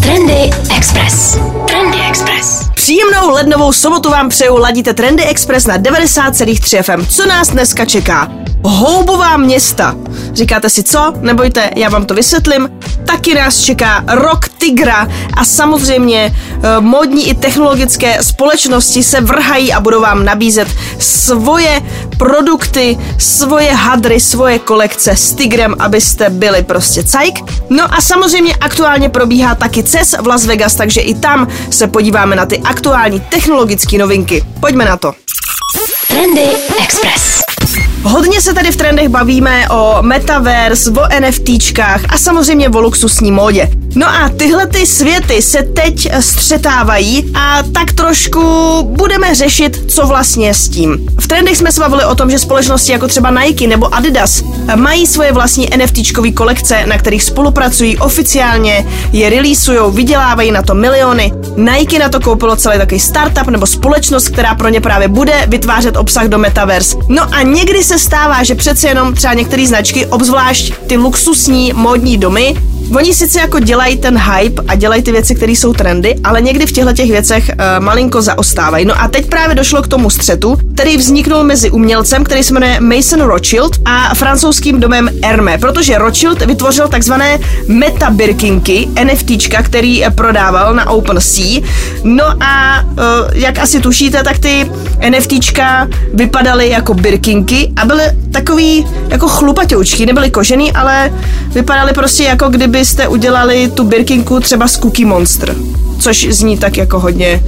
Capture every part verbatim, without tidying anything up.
Trendy Express. Trendy Express. Příjemnou lednovou sobotu vám přeju, ladíte Trendy Express na devadesát celá tři F M. Co nás dneska čeká? Houbová města. Říkáte si co? Nebojte, já vám to vysvětlím. Taky nás čeká rok tygra a samozřejmě eh, módní i technologické společnosti se vrhají a budou vám nabízet svoje produkty, svoje hadry, svoje kolekce s tygrem, abyste byli prostě cajk. No a samozřejmě aktuálně probíhá taky C E S v Las Vegas, takže i tam se podíváme na ty aktuální technologické novinky. Pojďme na to. Trendy Express. Hodně se tady v trendech bavíme o metaverse, o NFTčkách a samozřejmě o luxusní módě. No a tyhle ty světy se teď střetávají a tak trošku budeme řešit, co vlastně s tím. V trendech jsme se bavili o tom, že společnosti jako třeba Nike nebo Adidas mají svoje vlastní NFTčkové kolekce, na kterých spolupracují oficiálně, je releasujou, vydělávají na to miliony. Nike na to koupilo celý takový startup nebo společnost, která pro ně právě bude vytvářet obsah do metaverse. No a někdy se stává, že přece jenom třeba některé značky, obzvlášť ty luxusní módní domy, oni sice jako dělají ten hype a dělají ty věci, které jsou trendy, ale někdy v těchto těch věcech uh, malinko zaostávají. No a teď právě došlo k tomu střetu, který vzniknul mezi umělcem, který se jmenuje Maison Rothschild, a francouzským domem Hermès, protože Rothschild vytvořil takzvané meta birkinky, NFTčka, který prodával na OpenSea. No a uh, jak asi tušíte, tak ty NFTčka vypadaly jako birkinky a byly takový jako chlupaťoučky, nebyly kožený, ale vypadaly prostě jako kdyby byste udělali tu birkinku třeba z Cookie Monster, což zní tak jako hodně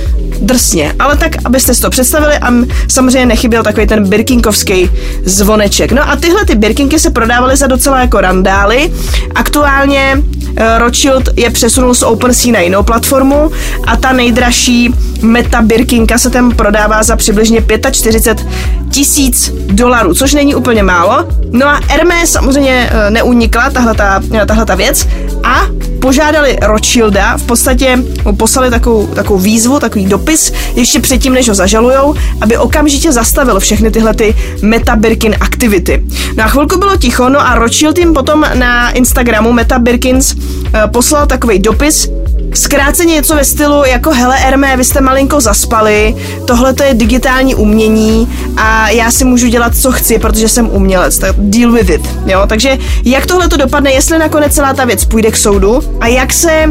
drsně, ale tak, abyste si to představili, a samozřejmě nechyběl takový ten birkinkovský zvoneček. No a tyhle ty birkinky se prodávaly za docela jako randály. Aktuálně Rothschild je přesunul z OpenSea na jinou platformu a ta nejdražší meta birkinka se tam prodává za přibližně čtyřicet pět tisíc dolarů, což není úplně málo. No a Hermès samozřejmě neunikla tahleta, tahleta věc a požádali Rothschilda, v podstatě mu poslali takovou, takovou výzvu, takový dopis, ještě předtím, než ho zažalujou, aby okamžitě zastavil všechny tyhle ty Meta Birkin aktivity. No a chvilku bylo ticho, no a Rothschild jim potom na Instagramu Meta Birkins eh, poslal takový dopis, zkráceně něco ve stylu jako hele Hermès, vy jste malinko zaspali, tohle to je digitální umění a já si můžu dělat, co chci, protože jsem umělec, tak deal with it, jo, takže jak tohle to dopadne, jestli nakonec celá ta věc půjde k soudu a jak se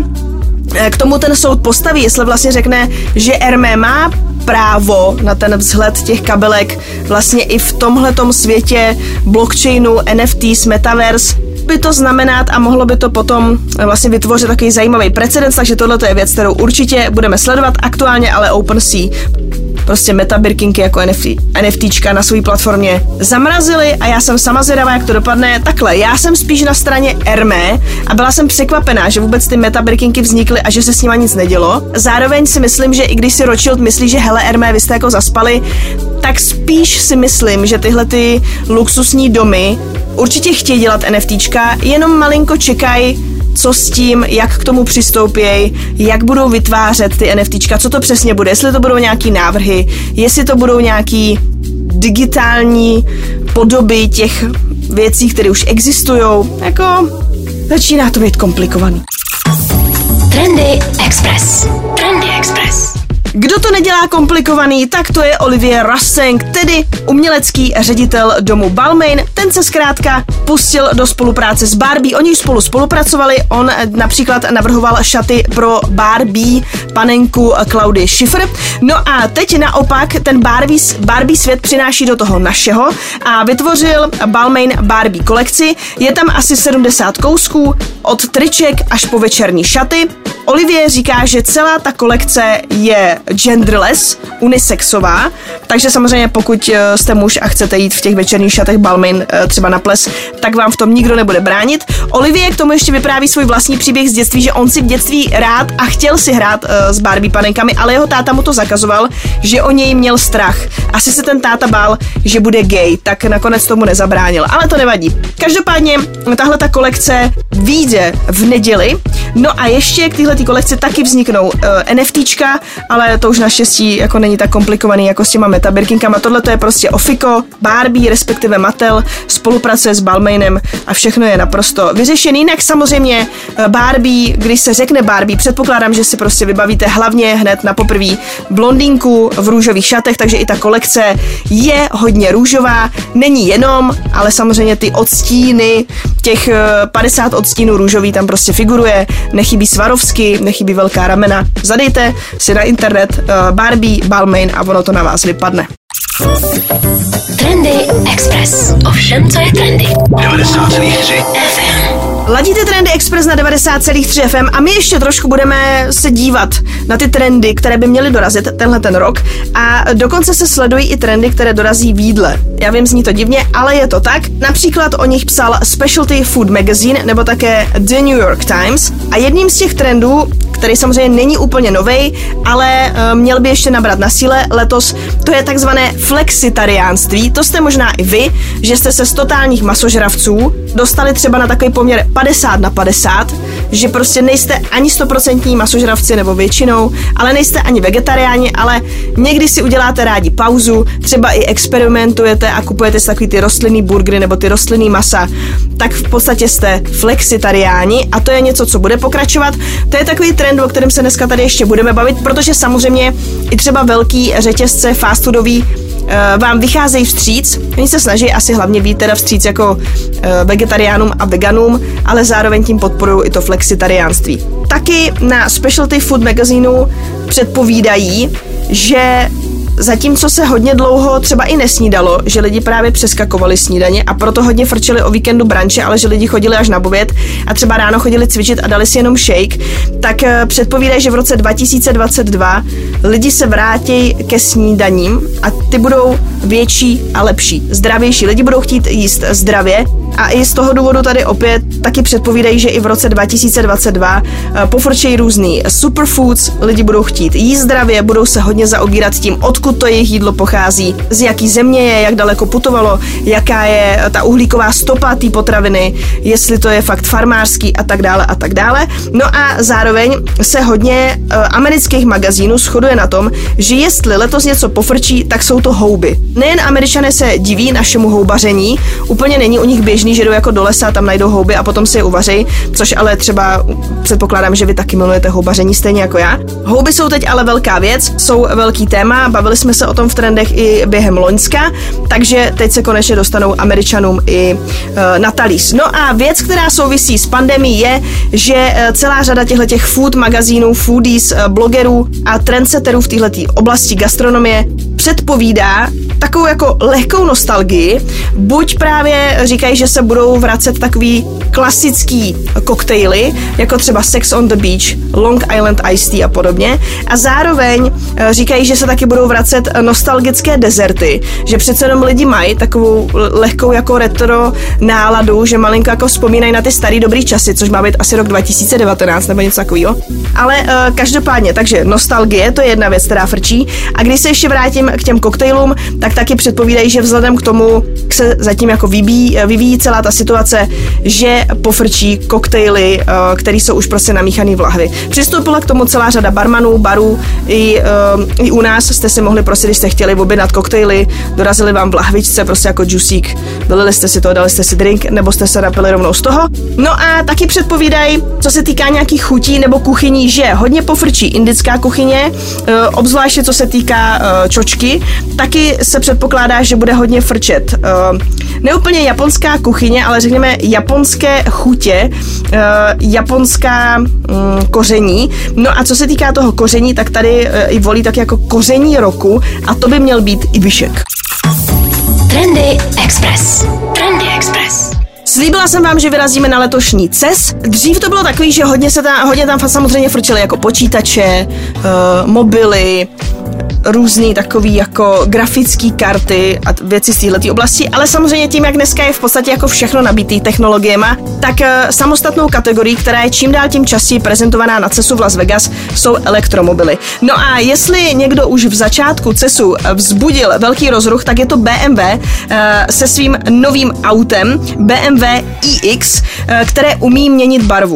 k tomu ten soud postaví, jestli vlastně řekne, že Hermès má právo na ten vzhled těch kabelek vlastně i v tomhletom světě blockchainu, N F Ts, metaverse, by to znamenat a mohlo by to potom vlastně vytvořit takový zajímavý precedens, takže tohle je věc, kterou určitě budeme sledovat aktuálně, ale OpenSea prostě Meta Birkinky jako NFTčka na své platformě zamrazili a já jsem sama zvědavá, jak to dopadne. Takhle, já jsem spíš na straně Hermès a byla jsem překvapená, že vůbec ty Meta Birkinky vznikly a že se s nima nic nedělo. Zároveň si myslím, že i když si Rothschild myslí, že hele Hermès, vy jste jako zaspali, tak spíš si myslím, že tyhle ty luxusní domy určitě chtějí dělat NFTčka, jenom malinko čekají, co s tím, jak k tomu přistoupějí, jak budou vytvářet ty NFTčka, co to přesně bude, jestli to budou nějaký návrhy, jestli to budou nějaký digitální podoby těch věcí, které už existují. Jako začíná to být komplikovaný. Trendy Express. Trendy Express. Kdo to nedělá komplikovaný, tak to je Olivier Rousteing, tedy umělecký ředitel domu Balmain. Ten se zkrátka pustil do spolupráce s Barbie. Oni spolu spolupracovali, on například navrhoval šaty pro Barbie panenku Claudie Schiffer. No a teď naopak ten Barbie, Barbie svět přináší do toho našeho a vytvořil Balmain Barbie kolekci. Je tam asi sedmdesát kousků, od triček až po večerní šaty. Olivier říká, že celá ta kolekce je genderless, unisexová, takže samozřejmě pokud jste muž a chcete jít v těch večerních šatech Balmain třeba na ples, tak vám v tom nikdo nebude bránit. Olivier k tomu ještě vypráví svůj vlastní příběh z dětství, že on si v dětství rád a chtěl si hrát uh, s Barbie panenkami, ale jeho táta mu to zakazoval, že o něj měl strach. Asi se ten táta bál, že bude gay, tak nakonec tomu nezabránil, ale to nevadí. Každopádně tahle ta kolekce vyjde v neděli No a ještě k téhletý kolekci taky vzniknou uh, NFTčka, ale to už naštěstí jako není tak komplikovaný jako s těma metabirkinkama. Tohle to je prostě Ofiko, Barbie, respektive Mattel, spolupracuje s Balmainem a všechno je naprosto vyřešený. Jinak samozřejmě Barbie, když se řekne Barbie, předpokládám, že si prostě vybavíte hlavně hned na poprví blondýnku v růžových šatech, takže i ta kolekce je hodně růžová. Není jenom, ale samozřejmě ty odstíny, těch padesát odstínů růžový tam prostě figuruje. Nechybí Swarovski, nechybí velká ramena. Zadejte si na internet Barbie, Balmain a ono to na vás vypadne. Trendy Express. Ovšem, co je trendy? devadesát celá tři F M. Ladíte Trendy Express na devadesát celá tři F M a my ještě trošku budeme se dívat na ty trendy, které by měly dorazit tenhle ten rok a dokonce se sledují i trendy, které dorazí v jídle. Já vím, zní to divně, ale je to tak. Například o nich psal Specialty Food Magazine nebo také The New York Times a jedním z těch trendů, který samozřejmě není úplně novej, ale uh, měl by ještě nabrat na síle letos, to je takzvané flexitariánství. To jste možná i vy, že jste se z totálních masožravců dostali třeba na takový poměr padesát na padesát, že prostě nejste ani stoprocentní masožravci nebo většinou, ale nejste ani vegetariáni, ale někdy si uděláte rádi pauzu, třeba i experimentujete a kupujete si takový ty rostlinný burgery nebo ty rostlinný masa, tak v podstatě jste flexitariáni a to je něco, co bude pokračovat. To je takový trend, o kterém se dneska tady ještě budeme bavit, protože samozřejmě i třeba velký řetězce fast foodový vám vycházejí vstříc. Oni se snaží asi hlavně být teda vstříc jako vegetariánům a veganům, ale zároveň tím podporují i to flexitariánství. Taky na Specialty Food Magazinu předpovídají, že zatímco se hodně dlouho třeba i nesnídalo, že lidi právě přeskakovali snídaně a proto hodně frčeli o víkendu branče, ale že lidi chodili až na oběd a třeba ráno chodili cvičit a dali si jenom shake, tak předpovídají, že v roce dva tisíce dvacet dva lidi se vrátí ke snídaním a ty budou větší a lepší, zdravější. Lidi budou chtít jíst zdravě a i z toho důvodu tady opět taky předpovídají, že i v roce dva tisíce dvacet dva pofrčejí různý superfoods, lidi budou chtít jíst zdravě, budou se hodně zaobírat tím, odkud to jejich jídlo pochází, z jaký země je, jak daleko putovalo, jaká je ta uhlíková stopa té potraviny, jestli to je fakt farmářský a tak dále a tak dále. No a zároveň se hodně uh, amerických magazínů shoduje na tom, že jestli letos něco pofrčí, tak jsou to houby. Nejen Američané se diví našemu houbaření, úplně není u nich běžný, že jdou jako do lesa, tam najdou houby a potom si je uvaří, což ale třeba předpokládám, že vy taky milujete houbaření stejně jako já. Houby jsou teď ale velká věc, jsou velký téma, bavili jsme se o tom v trendech i během loňska, takže teď se konečně dostanou Američanům i e, na talíř. No a věc, která souvisí s pandemií je, že celá řada těchto food magazínů, foodies, blogerů a trendsetterů v této oblasti gastronomie předpovídá takovou jako lehkou nostalgii. Buď právě říkají, že se budou vracet takový klasický koktejly, jako třeba Sex on the Beach, Long Island Iced Tea a podobně. A zároveň říkají, že se taky budou vracet nostalgické dezerty, že přece jenom lidi mají takovou lehkou jako retro náladu, že malinko jako vzpomínají na ty starý dobrý časy, což má být asi rok dva tisíce devatenáct nebo něco takového. Ale uh, každopádně, takže nostalgie, to je jedna věc, která frčí. A když se ještě vrátím k těm koktejlům, tak taky předpovídají, že vzhledem k tomu se zatím jako vyvíjí, vyvíjí celá ta situace, že pofrčí koktejly, uh, které jsou už prostě namíchaný v lahvi. Přistoupila k tomu celá řada barmanů, barů, i, uh, i u nás jste si mohli prostě, když jste chtěli objednat koktejly, dorazili vám v lahvičce, prostě jako džusík, vylili jste si to, dali jste si drink, nebo jste se napili rovnou z toho. No a taky předpovídají, co se týká nějakých chutí nebo kuchyní, že hodně pofrčí indická kuchyně, uh, obzvláště co se týká uh, čočky, taky se předpokládá, že bude hodně frčet. Uh, neúplně japonská kuchyně, ale řekněme japonské chutě, uh, japonská um, koření. No a co se týká toho koření, tak tady uh, i volí tak jako koření roku a to by měl být ibišek. Trendy Express. Trendy Express. Slíbila jsem vám, že vyrazíme na letošní C E S. Dřív to bylo takový, že hodně, se tam, hodně tam samozřejmě frčely jako počítače, uh, mobily, různý takový jako grafický karty a věci z této oblasti, ale samozřejmě tím, jak dneska je v podstatě jako všechno nabitý technologiema, tak uh, samostatnou kategorií, která je čím dál tím častěji prezentovaná na C E S u v Las Vegas, jsou elektromobily. No a jestli někdo už v začátku C E S u vzbudil velký rozruch, tak je to B M W uh, se svým novým autem B M W iX, uh, které umí měnit barvu.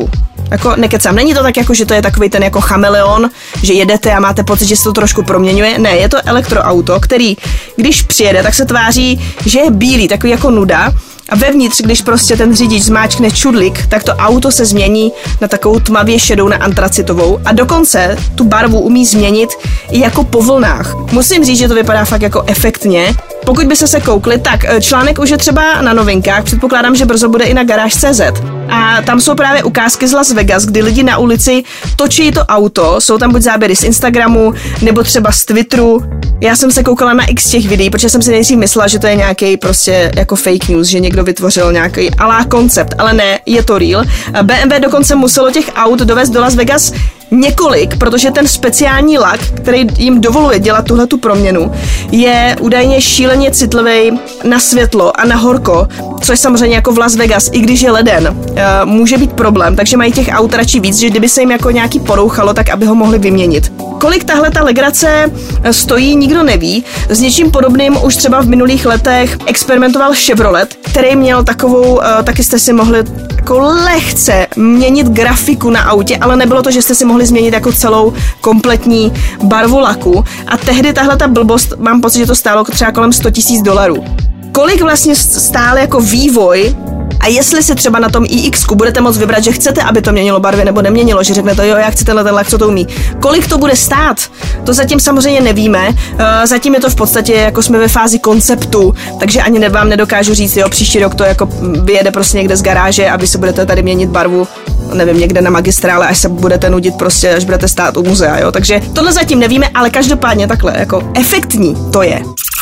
Jako nekecám, není to tak jako, že to je takový ten jako chameleon, že jedete a máte pocit, že se to trošku proměňuje. Ne, je to elektroauto, který, když přijede, tak se tváří, že je bílý, takový jako nuda. A vevnitř, když prostě ten řidič zmáčkne čudlik, tak to auto se změní na takovou tmavě šedou, na antracitovou a dokonce tu barvu umí změnit i jako po vlnách. Musím říct, že to vypadá fakt jako efektně. Pokud by se se koukli, tak článek už je třeba na Novinkách, předpokládám, že brzo bude i na garáž tečka cé zet. A tam jsou právě ukázky z Las Vegas, kdy lidi na ulici točí to auto, jsou tam buď záběry z Instagramu, nebo třeba z Twitteru. Já jsem se koukala na x těch videí, protože jsem si nejdřív myslela, že to je nějaký prostě jako fake news, že někdo vytvořil nějaký alá koncept, ale ne, je to real. bé em vé dokonce muselo těch aut dovést do Las Vegas několik, protože ten speciální lak, který jim dovoluje dělat tuhletu proměnu, je údajně šíleně citlivý na světlo a na horko, což samozřejmě jako v Las Vegas, i když je leden, může být problém, takže mají těch aut radši víc, že kdyby se jim jako nějaký porouchalo, tak aby ho mohli vyměnit. Kolik tahle ta legrace stojí, nikdo neví. S něčím podobným už třeba v minulých letech experimentoval Chevrolet, který měl takovou, taky jste si mohli jako lehce měnit grafiku na autě, ale nebylo to, že jste si mohli změnit jako celou kompletní barvu laku. A tehdy tahle ta blbost, mám pocit, že to stálo třeba kolem sto tisíc dolarů. Kolik vlastně stál jako vývoj a jestli si třeba na tom í iksku budete moct vybrat, že chcete, aby to měnilo barvy nebo neměnilo, že řeknete, jo, já chci tenhle ten lak, co to umí. Kolik to bude stát? To zatím samozřejmě nevíme. Zatím je to v podstatě, jako jsme ve fázi konceptu, takže ani vám nedokážu říct, jo, příští rok to jako vyjede prostě někde z garáže a vy si budete tady měnit barvu, nevím, někde na magistrále, až se budete nudit prostě, až budete stát u muzea, jo. Takže tohle zatím nevíme, ale každopádně takhle, jako efektní to je.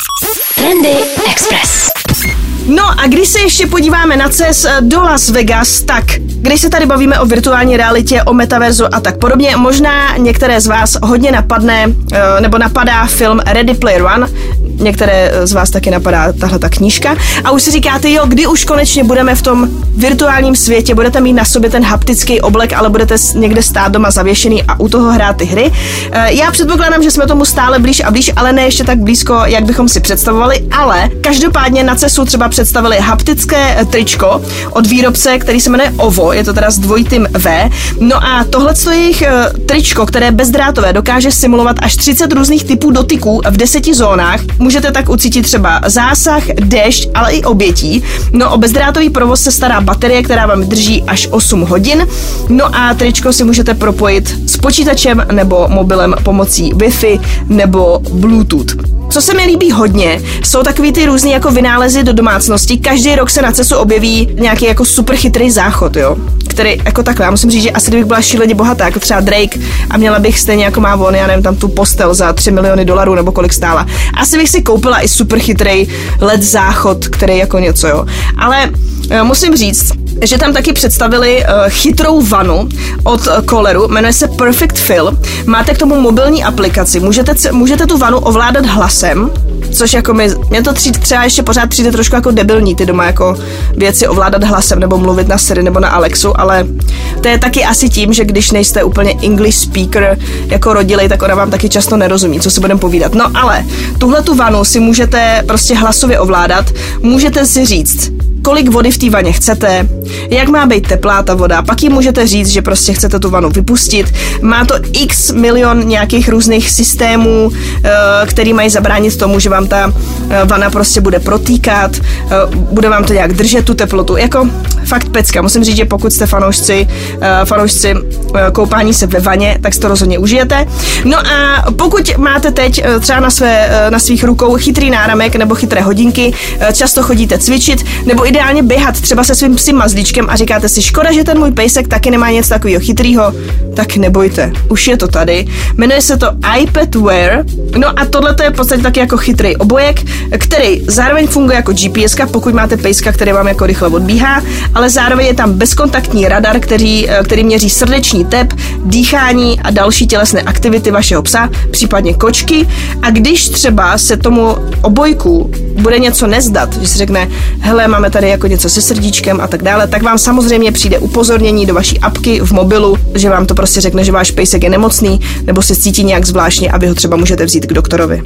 Trendy Express. No a když se ještě podíváme na cest do Las Vegas, tak když se tady bavíme o virtuální realitě, o metaverzu a tak podobně, možná některé z vás hodně napadne, nebo napadá film Ready Player One, některé z vás taky napadá tahle ta knížka a už si říkáte, jo, kdy už konečně budeme v tom virtuálním světě, budete mít na sobě ten haptický oblek, ale budete někde stát doma zavěšený a u toho hrát ty hry. Já předpokládám, že jsme tomu stále blíž a blíž, ale ne ještě tak blízko, jak bychom si představovali, ale každopádně na cestu třeba představili haptické tričko od výrobce, který se jmenuje Ovo, je to teda s dvojitým V. No a tohle je jejich tričko, které je bezdrátové, dokáže simulovat až třicet různých typů dotyků v deseti zónách. Můžete tak ucítit třeba zásah, déšť, ale i obětí. No o bezdrátový provoz se stará baterie, která vám drží až osm hodin. No a tričko si můžete propojit s počítačem nebo mobilem pomocí Wi-Fi nebo Bluetooth. Co se mi líbí hodně, jsou takový ty různý jako vynálezy do domácnosti. Každý rok se na cestu objeví nějaký jako super chytrý záchod, jo. Který jako takhle, já musím říct, že asi kdybych byla šíleně bohatá, jako třeba Drake a měla bych stejně jako má on, já nevím, tam tu postel za tři miliony dolarů nebo kolik stála. Asi bych si koupila i super chytrý el é dé záchod, který jako něco, jo. Ale musím říct, že tam taky představili uh, chytrou vanu od uh, Kohleru, jmenuje se Perfect Fill. Máte k tomu mobilní aplikaci, můžete, můžete tu vanu ovládat hlasem, což jako mi, mě to tři, třeba ještě pořád přijde trošku jako debilní ty doma jako věci ovládat hlasem nebo mluvit na Siri nebo na Alexu, ale to je taky asi tím, že když nejste úplně English speaker jako rodilej, tak ona vám taky často nerozumí, co si budeme povídat. No ale tuhle tu vanu si můžete prostě hlasově ovládat, můžete si říct, kolik vody v té vaně chcete, jak má být teplá ta voda, pak jim můžete říct, že prostě chcete tu vanu vypustit. Má to x milion nějakých různých systémů, který mají zabránit tomu, že vám ta vana prostě bude protýkat, bude vám to nějak držet tu teplotu. Jako fakt pecka. Musím říct, že pokud jste fanoušci, fanoušci koupání se ve vaně, tak si to rozhodně užijete. No a pokud máte teď třeba na, své, na svých rukou chytrý náramek nebo chytré hodinky, často chodíte cvičit, nebo ideálně běhat třeba se svým psím mazlíčkem a říkáte si, škoda, že ten můj pejsek taky nemá nic takového chytrýho, tak nebojte, už je to tady. Jmenuje se to iPad Wear, no a tohle je v podstatě taky jako chytrý obojek, který zároveň funguje jako G P S ka, pokud máte pejska, který vám jako rychle odbíhá, ale zároveň je tam bezkontaktní radar, který, který měří srdeční tep, dýchání a další tělesné aktivity vašeho psa, případně kočky, a když třeba se tomu obojku bude něco nezdat, že si řekne, hele, máme tady jako něco se srdíčkem a tak dále, tak vám samozřejmě přijde upozornění do vaší apky v mobilu, že vám to prostě řekne, že váš pejsek je nemocný nebo se cítí nějak zvláštně a vy ho třeba můžete vzít k doktorovi.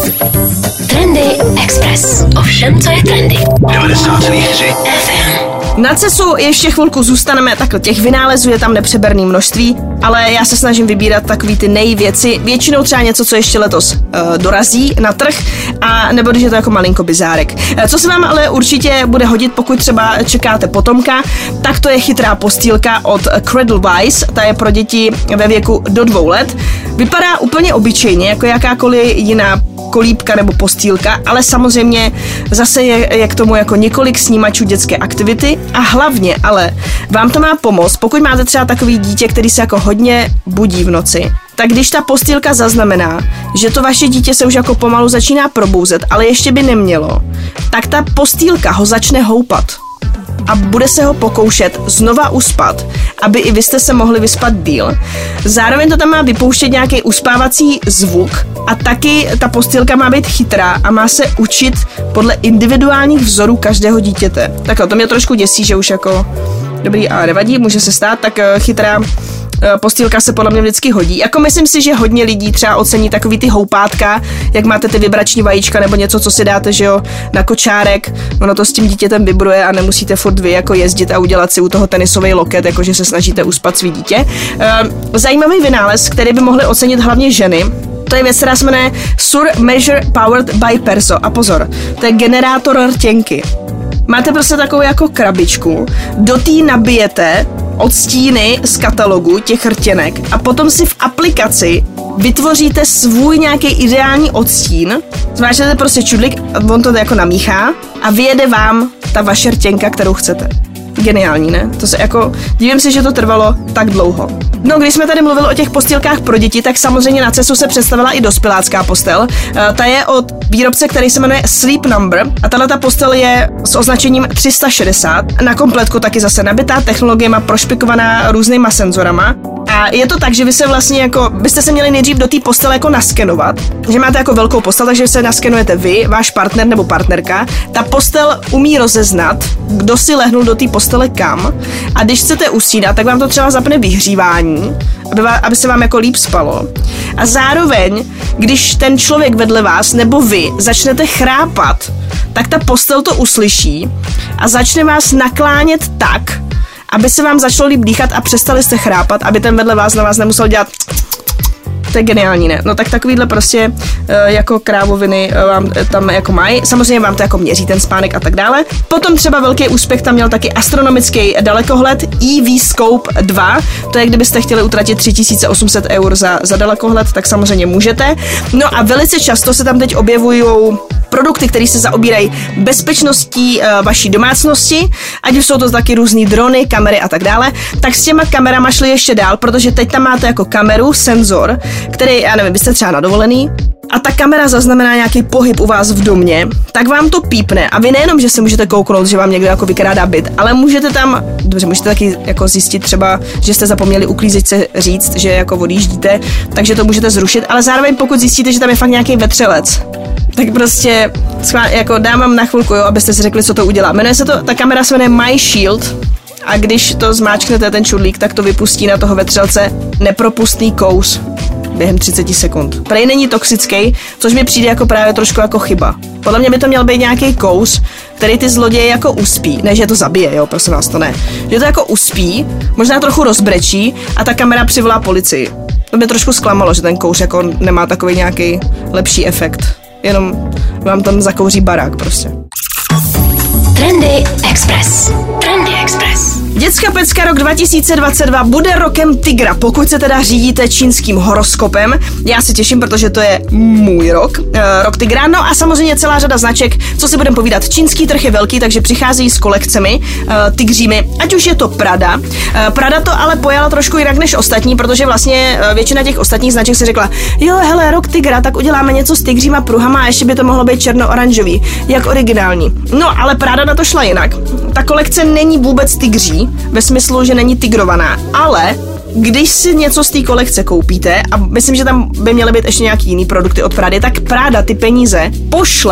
Trendy Express. O všem, co je trendy. devadesát celá tři F M. Na CESu ještě chvilku zůstaneme, tak těch vynálezů je tam nepřeberný množství, ale já se snažím vybírat takový ty nejvěci, většinou třeba něco, co ještě letos uh, dorazí na trh, a nebo když je to jako malinko bizárek. Uh, co se vám ale určitě bude hodit, pokud třeba čekáte potomka, tak to je chytrá postýlka od Cradlewise, ta je pro děti ve věku do dvou let. Vypadá úplně obyčejně, jako jakákoliv jiná kolíbka nebo postýlka, ale samozřejmě zase je, je k tomu jako několik snímačů dětské aktivity a hlavně ale vám to má pomoct, pokud máte třeba takový dítě, který se jako hodně budí v noci, tak když ta postýlka zaznamená, že to vaše dítě se už jako pomalu začíná probouzet, ale ještě by nemělo, tak ta postýlka ho začne houpat a bude se ho pokoušet znova uspat, aby i vy jste se mohli vyspat díl. Zároveň to tam má vypouštět nějaký uspávací zvuk a taky ta postýlka má být chytrá a má se učit podle individuálních vzorů každého dítěte. Tak to mě trošku děsí, že už jako dobrý, a nevadí, může se stát, tak chytrá postýlka se podle mě vždycky hodí. Jako myslím si, že hodně lidí třeba ocení takový ty houpátka, jak máte ty vibrační vajíčka nebo něco, co si dáte, že jo, na kočárek, ono to s tím dítětem vibruje a nemusíte furt vy jako jezdit a udělat si u toho tenisový loket, jakože se snažíte uspat svý dítě. Zajímavý vynález, který by mohly ocenit hlavně ženy, to je věc, která se jmenuje Sur Measure Powered by Perso. A pozor, to je generátor rtěnky. Máte prostě takovou jako krabičku, do té nabijete odstíny z katalogu těch rtěnek a potom si v aplikaci vytvoříte svůj nějaký ideální odstín, zmáčknete prostě čudlik, on to jako namíchá a vyjede vám ta vaše rtěnka, kterou chcete. Geniální, ne? To se jako, divím si, že to trvalo tak dlouho. No, když jsme tady mluvili o těch postýlkách pro děti, tak samozřejmě na CESu se představila i dospělácká postel. Ta je od výrobce, který se jmenuje Sleep Number a tato postel je s označením tři sta šedesát. Na kompletku taky zase nabitá technologiema, prošpikovaná různýma senzorama. A je to tak, že vy se vlastně jako, byste se měli nejdřív do té postele jako naskenovat, že máte jako velkou postel, takže se naskenujete vy, váš partner nebo partnerka. Ta postel umí rozeznat, kdo si lehnul do té postele kam, a když chcete usínat, tak vám to třeba zapne vyhřívání, aby, vám, aby se vám jako líp spalo. A zároveň, když ten člověk vedle vás nebo vy začnete chrápat, tak ta postel to uslyší a začne vás naklánět tak, aby se vám začalo líp dýchat a přestali jste chrápat, aby ten vedle vás na vás nemusel dělat. To je geniální, ne? No tak takovýhle prostě jako krávoviny vám tam jako mají. Samozřejmě vám to jako měří ten spánek a tak dále. Potom třeba velký úspěch tam měl taky astronomický dalekohled E V Scope dva. To je, kdybyste chtěli utratit tři tisíce osm set eur za, za dalekohled, tak samozřejmě můžete. No a velice často se tam teď objevují produkty, které se zaobírají bezpečností e, vaší domácnosti, ať už jsou to taky různý drony, kamery a tak dále, tak s těma kamerama šli ještě dál, protože teď tam máte jako kameru, senzor, který, já nevím, byste třeba na dovolený, a ta kamera zaznamená nějaký pohyb u vás v domě, tak vám to pípne a vy nejenom, že se můžete kouknout, že vám někdo jako vykrádá byt, ale můžete tam, dobře, můžete taky jako zjistit třeba, že jste zapomněli uklízečce říct, že jako odjíždíte, takže to můžete zrušit, ale zároveň pokud zjistíte, že tam je fakt nějaký vetřelec, tak prostě jako dám vám na chvilku, jo, abyste si řekli, co to udělá. Jmenuje se to, ta kamera se jmenuje My Shield a když to zmáčknete ten čudlík, tak to vypustí na toho vetřelce nepropustný kous během třicet sekund. Prej není toxický, což mi přijde jako právě trošku jako chyba. Podle mě by to měl být nějaký kous, který ty zloděje jako uspí. Ne, že to zabije, jo, prosím vás, to ne. Že to jako uspí, možná trochu rozbrečí a ta kamera přivolá policii. To mě trošku zklamalo, že ten kous jako nemá takový nějaký lepší efekt. Jenom vám tam zakouří barák prostě. Trendy Express. Trendy Express. Dětská pecka rok dva tisíce dvacet dva bude rokem tygra, pokud se teda řídíte čínským horoskopem. Já se těším, protože to je můj rok, e, rok tygra. No a samozřejmě celá řada značek, co si budeme povídat. Čínský trh je velký, takže přichází s kolekcemi e, tygřími, ať už je to Prada. E, Prada to ale pojala trošku jinak než ostatní, protože vlastně e, většina těch ostatních značek si řekla, jo, hele, rok tygra, tak uděláme něco s tygříma pruhama a ještě by to mohlo být černo-oranžový, jak originální. No, ale Prada na to šla jinak. Ta kolekce není vůbec tygří, ve smyslu, že není tigrovaná, ale když si něco z té kolekce koupíte, a myslím, že tam by měly být ještě nějaký jiný produkty od Prady, tak Prada ty peníze pošle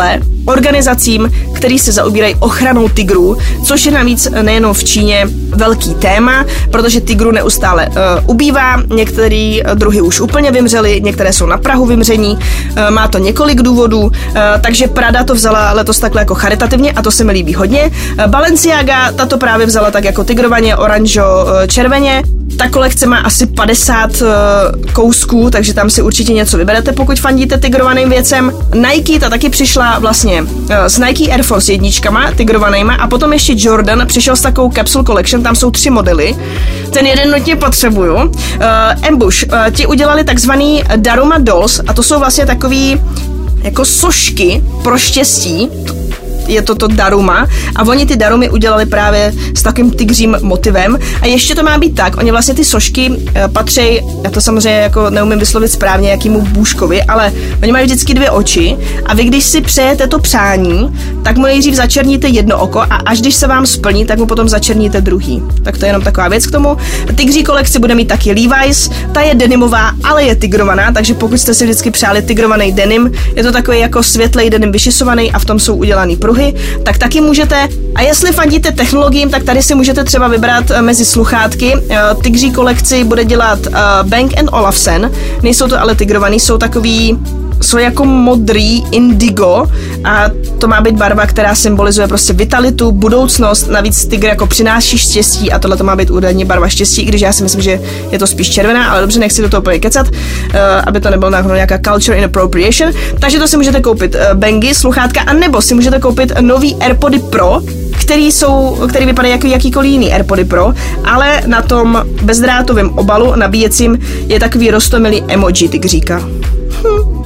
organizacím, který se zaobírají ochranou tigrů, což je navíc nejenom v Číně velký téma, protože tigrů neustále uh, ubývá, některé druhy už úplně vymřely, některé jsou na prahu vymření, uh, má to několik důvodů, uh, takže Prada to vzala letos takhle jako charitativně a to se mi líbí hodně. Uh, Balenciaga, ta to právě vzala tak jako tigrovaně, oranžo, uh, červeně. Ta kolekce má asi padesát uh, kousků, takže tam si určitě něco vyberete, pokud fandíte tigrovaným věcem. Nike, ta taky přišla vlastně uh, s Nike Air Force jedničkama, tigrovanýma, a potom ještě Jordan přišel s takovou Capsule Collection, tam jsou tři modely. Ten jeden nutně potřebuju. Uh, Ambush, uh, ti udělali takzvaný Daruma Dolls a to jsou vlastně takový jako sošky pro štěstí. Je to to Daruma a oni ty Darumy udělali právě s takovým tygřím motivem a ještě to má být tak, oni vlastně ty sošky e, patří, já to samozřejmě jako neumím vyslovit správně jakýmu bůžkovi, ale oni mají vždycky dvě oči a vy když si přejete to přání, tak mu nejdřív začerníte jedno oko a až když se vám splní, tak mu potom začerníte druhý. Tak to je jenom taková věc k tomu. Tygří kolekci bude mít taky Levi's, ta je denimová, ale je tigrovaná, takže pokud jste si vždycky přáli tigrovaný denim, je to takový jako světlej denim vyšisovaný a v tom jsou udělaný pruhy, tak taky můžete. A jestli fandíte technologiím, tak tady si můžete třeba vybrat mezi sluchátky. Tygří kolekci bude dělat Bang and Olufsen, nejsou to ale tigrovaný, jsou takový, jsou jako modrý indigo a to má být barva, která symbolizuje prostě vitalitu, budoucnost, navíc tygr jako přináší štěstí a tohle to má být údajně barva štěstí, i když já si myslím, že je to spíš červená, ale dobře, nechci do toho úplně kecat, uh, aby to nebylo nějaká culture inappropriation, takže to si můžete koupit uh, bangy, sluchátka, a nebo si můžete koupit nový AirPody Pro, který jsou, který vypadají jako jakýkoliv jiný AirPody Pro, ale na tom bezdrátovém obalu nabíjecím je takový roztomilý emoji tygříka. Hm.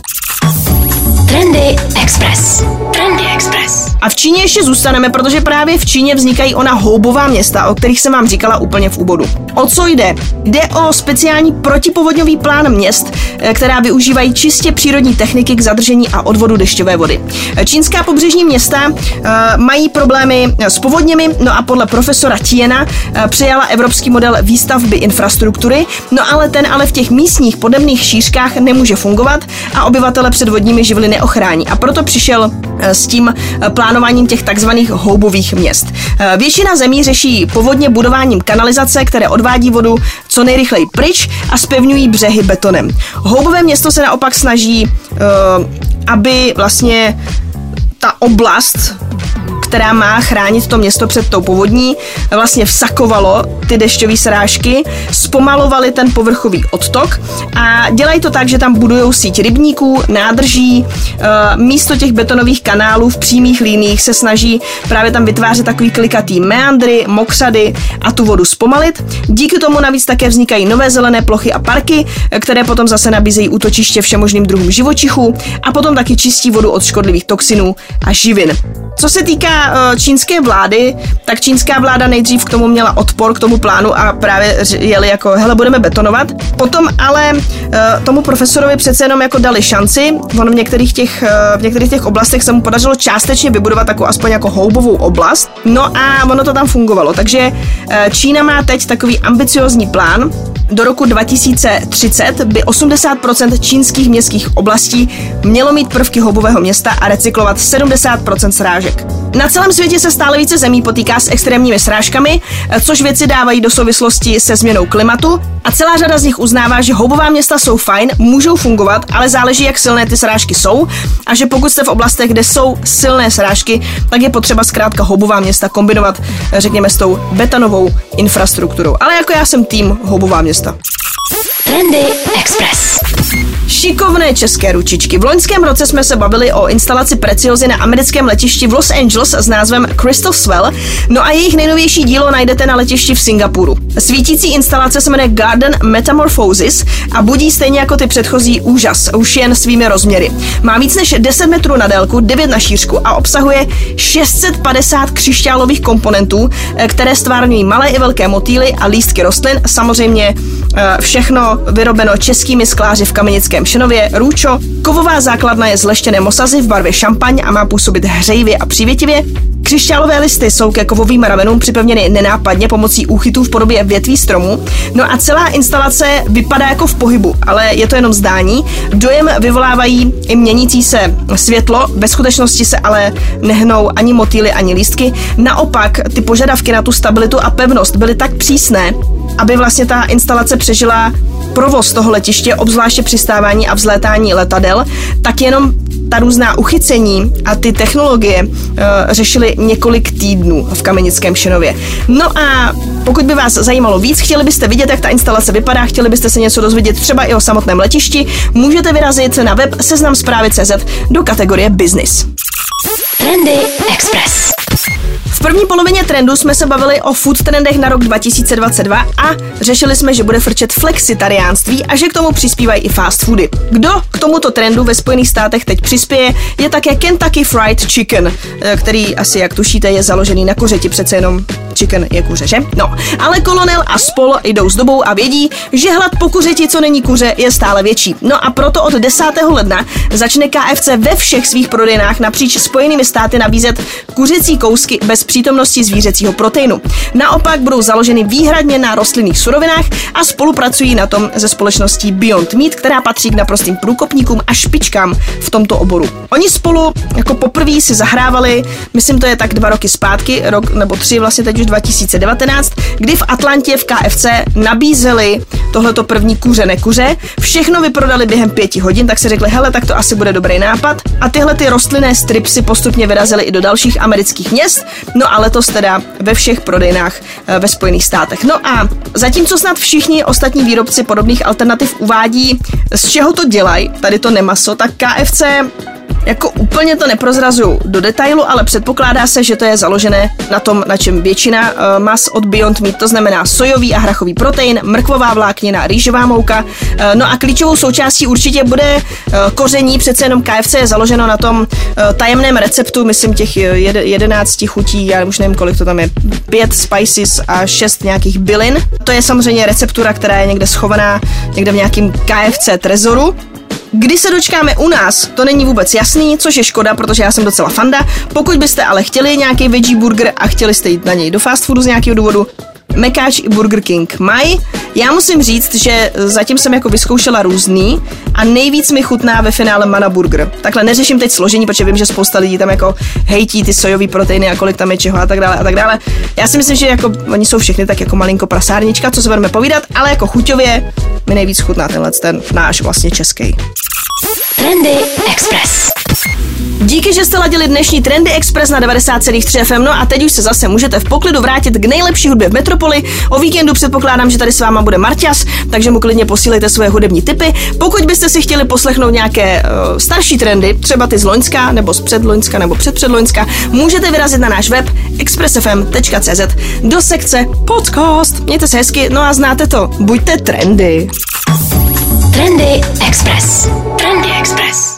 Trendy Express. Trendy Express. A v Číně ještě zůstaneme, protože právě v Číně vznikají ona houbová města, o kterých jsem vám říkala úplně v úvodu. O co jde? Jde o speciální protipovodňový plán měst, která využívají čistě přírodní techniky k zadržení a odvodu dešťové vody. Čínská pobřežní města uh, mají problémy s povodněmi, no a podle profesora Tiena uh, přijala evropský model výstavby infrastruktury, no ale ten ale v těch místních podemných šířkách nemůže fungovat a obyvatele před vodními živly neochrání. A proto přišel uh, s tím uh, plánováním těch takzvaných houbových měst. Uh, většina zemí řeší povodně budováním kanalizace, které odvádí vodu co nejrychleji pryč a zpevňují břehy betonem. Houbové město se naopak snaží, uh, aby vlastně ta oblast, která má chránit to město před tou povodní, vlastně vsakovalo ty dešťové srážky, zpomalovali ten povrchový odtok a dělají to tak, že tam budujou síť rybníků, nádrží, místo těch betonových kanálů v přímých líních se snaží právě tam vytvářet takový klikatý meandry, mokřady a tu vodu zpomalit. Díky tomu navíc také vznikají nové zelené plochy a parky, které potom zase nabízejí útočiště všemožným druhům živočichů a potom taky čistí vodu od škodlivých toxinů a živin. Co se týká uh, čínské vlády, tak čínská vláda nejdřív k tomu měla odpor, k tomu plánu a právě jeli jako, hele, budeme betonovat. Potom ale uh, tomu profesorovi přece jenom jako dali šanci. On v některých těch, uh, v některých těch oblastech se mu podařilo částečně vybudovat takovou aspoň jako houbovou oblast. No a ono to tam fungovalo. Takže uh, Čína má teď takový ambiciozní plán. Do roku dva tisíce třicet by osmdesát procent čínských městských oblastí mělo mít prvky houbového města a recyklovat sedmdesát procent srážek. Na celém světě se stále více zemí potýká s extrémními srážkami, což vědci dávají do souvislosti se změnou klimatu a celá řada z nich uznává, že houbová města jsou fajn, můžou fungovat, ale záleží, jak silné ty srážky jsou a že pokud jste v oblastech, kde jsou silné srážky, tak je potřeba zkrátka houbová města kombinovat, řekněme, s tou betonovou infrastrukturou. Ale jako já jsem tým houbová města. Trendy Express. Šikovné české ručičky. V loňském roce jsme se bavili o instalaci Preciozy na americkém letišti v Los Angeles s názvem Crystal Swell, no a jejich nejnovější dílo najdete na letišti v Singapuru. Svítící instalace se jmenuje Garden Metamorphosis a budí stejně jako ty předchozí úžas, už jen svými rozměry. Má víc než deset metrů na délku, devět na šířku a obsahuje šest set padesát křišťálových komponentů, které stvárňují malé i velké motýly a lístky rostlin, samozřejmě všechno vyrobeno českými skláři v Kamenické Kamenickém Šenově, Růčo. Kovová základna je z leštěné mosazy v barvě šampaň a má působit hřejivě a přívětivě. Křišťálové listy jsou ke kovovým ramenům připevněny nenápadně pomocí úchytů v podobě větví stromů. No a celá instalace vypadá jako v pohybu, ale je to jenom zdání. Dojem vyvolávají i měnící se světlo, ve skutečnosti se ale nehnou ani motýly, ani lístky. Naopak ty požadavky na tu stabilitu a pevnost byly tak přísné, aby vlastně ta instalace přežila provoz toho letiště, obzvláště přistávání a vzlétání letadel, tak jenom ta různá uchycení a ty technologie uh, řešily několik týdnů v Kamenickém Šenově. No a pokud by vás zajímalo víc, chtěli byste vidět, jak ta instalace vypadá, chtěli byste se něco dozvědět třeba i o samotném letišti, můžete vyrazit na web seznam zprávy tečka cé zet do kategorie Business. Trendy Express. V první polovině trendu jsme se bavili o food trendech na rok dva tisíce dvacet dva a řešili jsme, že bude frčet flexitariánství a že k tomu přispívají i fast foody. Kdo k tomuto trendu ve Spojených státech teď přispěje, je také Kentucky Fried Chicken, který asi, jak tušíte, je založený na kuřeti, přece jenom chicken je kuře, že? No, ale Kolonel a spol jdou s dobou a vědí, že hlad po kuřeti, co není kuře, je stále větší. No a proto od desátého ledna začne K F C ve všech svých prodejnách napříč Spojenými státy nabízet kuřecí kousky bez přítomnosti zvířecího proteinu. Naopak budou založeny výhradně na rostlinných surovinách a spolupracují na tom se společností Beyond Meat, která patří k naprostým průkopníkům a špičkám v tomto oboru. Oni spolu jako poprvé si zahrávali, myslím, to je tak dva roky zpátky, rok nebo tři, vlastně teď už dva tisíce devatenáct, kdy v Atlantě v K F C nabízeli tohleto první kuře nekuře. Všechno vyprodali během pěti hodin, tak si řekli, hele, tak to asi bude dobrý nápad. A tyhle ty rostlinné stripsy postupně vyrazily i do dalších amerických měst, no a letos teda ve všech prodejnách ve Spojených státech. No a zatímco snad všichni ostatní výrobci podobných alternativ uvádí, z čeho to dělají, tady to nemaso, tak K F C jako úplně to neprozrazuju do detailu, ale předpokládá se, že to je založené na tom, na čem většina uh, mas od Beyond Meat, to znamená sojový a hrachový protein, mrkvová vláknina, rýžová mouka. Uh, no a klíčovou součástí určitě bude uh, koření, přece jenom K F C je založeno na tom uh, tajemném receptu, myslím těch jed, jedenácti chutí, já už nevím, kolik to tam je, pět spices a šest nějakých bylin. To je samozřejmě receptura, která je někde schovaná, někde v nějakém K F C trezoru. Kdy se dočkáme u nás, to není vůbec jasný, což je škoda, protože já jsem docela fanda. Pokud byste ale chtěli nějaký veggie burger a chtěli jste jít na něj do fast foodu z nějakého důvodu, Mekáč i Burger King mají. Já musím říct, že zatím jsem jako vyzkoušela různý a nejvíc mi chutná ve finále Mana Burger. Takhle neřeším teď složení, protože vím, že spousta lidí tam jako hejtí ty sojový proteiny a kolik tam je čeho a tak dále a tak dále. Já si myslím, že jako oni jsou všechny tak jako malinko prasárnička, co se budeme povídat, ale jako chuťově mi nejvíc chutná tenhle ten náš vlastně český. Trendy Express. Díky, že jste ladili dnešní Trendy Express na devadesát celá tři F M, no a teď už se zase můžete v poklidu vrátit k nejlepší hudbě v metropoli. O víkendu předpokládám, že tady s váma bude Marťas, takže mu klidně posílejte svoje hudební tipy. Pokud byste si chtěli poslechnout nějaké uh, starší trendy, třeba ty z loňska, nebo z předloňska, nebo předpředloňska, můžete vyrazit na náš web express f m tečka c z do sekce podcast. Mějte se hezky, no a znáte to, buďte trendy. Trendy Express. Trendy Express.